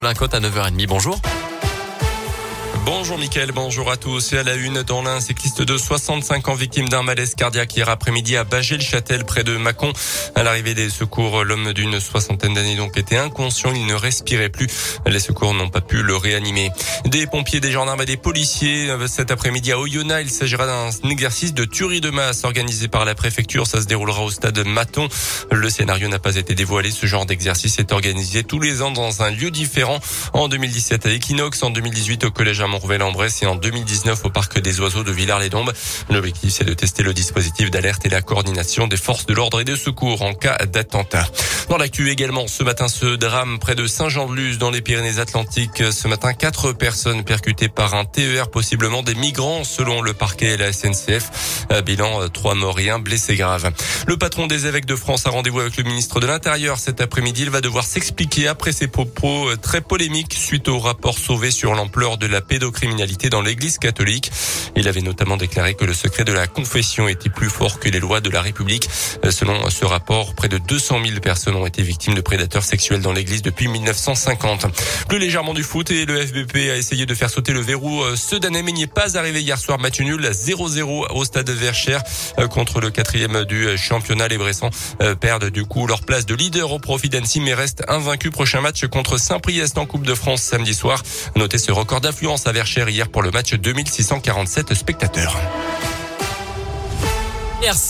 Côte à 9h30, bonjour. Bonjour Mickaël, bonjour à tous. Et à la une, dans l'un, un cycliste de 65 ans victime d'un malaise cardiaque hier après-midi à Bâgé-le-Châtel près de Mâcon. À l'arrivée des secours, l'homme d'une soixantaine d'années donc était inconscient, il ne respirait plus. Les secours n'ont pas pu le réanimer. Des pompiers, des gendarmes et des policiers cet après-midi à Oyonnax. Il s'agira d'un exercice de tuerie de masse organisé par la préfecture. Ça se déroulera au stade Maton. Le scénario n'a pas été dévoilé. Ce genre d'exercice est organisé tous les ans dans un lieu différent. En 2017 à Equinox, en 2018 au collège à Montrevel-en-Bresse et en 2019 au parc des Oiseaux de Villars-les-Dombes. L'objectif, c'est de tester le dispositif d'alerte et la coordination des forces de l'ordre et de secours en cas d'attentat. Dans l'actu également, ce matin, ce drame près de Saint-Jean-de-Luz dans les Pyrénées-Atlantiques. Ce matin, 4 personnes percutées par un TER, possiblement des migrants selon le parquet et la SNCF. Bilan, 3 morts et 1 blessé grave. Le patron des évêques de France a rendez-vous avec le ministre de l'Intérieur cet après-midi. Il va devoir s'expliquer après ses propos très polémiques suite au rapport Sauvé sur l'ampleur de la pédocriminalité dans l'église catholique. Il avait notamment déclaré que le secret de la confession était plus fort que les lois de la République. Selon ce rapport, près de 200 000 personnes ont été victimes de prédateurs sexuels dans l'église depuis 1950. Plus légèrement du foot et le FBP a essayé de faire sauter le verrou sedanais mais n'y est pas arrivé hier soir. Match nul 0-0 au stade Verchères contre le 4e du championnat. Les Bressans perdent du coup leur place de leader au profit d'Annecy mais restent invaincus. Prochain match contre Saint-Priest en Coupe de France samedi soir. Notez ce record d'affluence à Verchères hier pour le match 2647 spectateurs. Merci.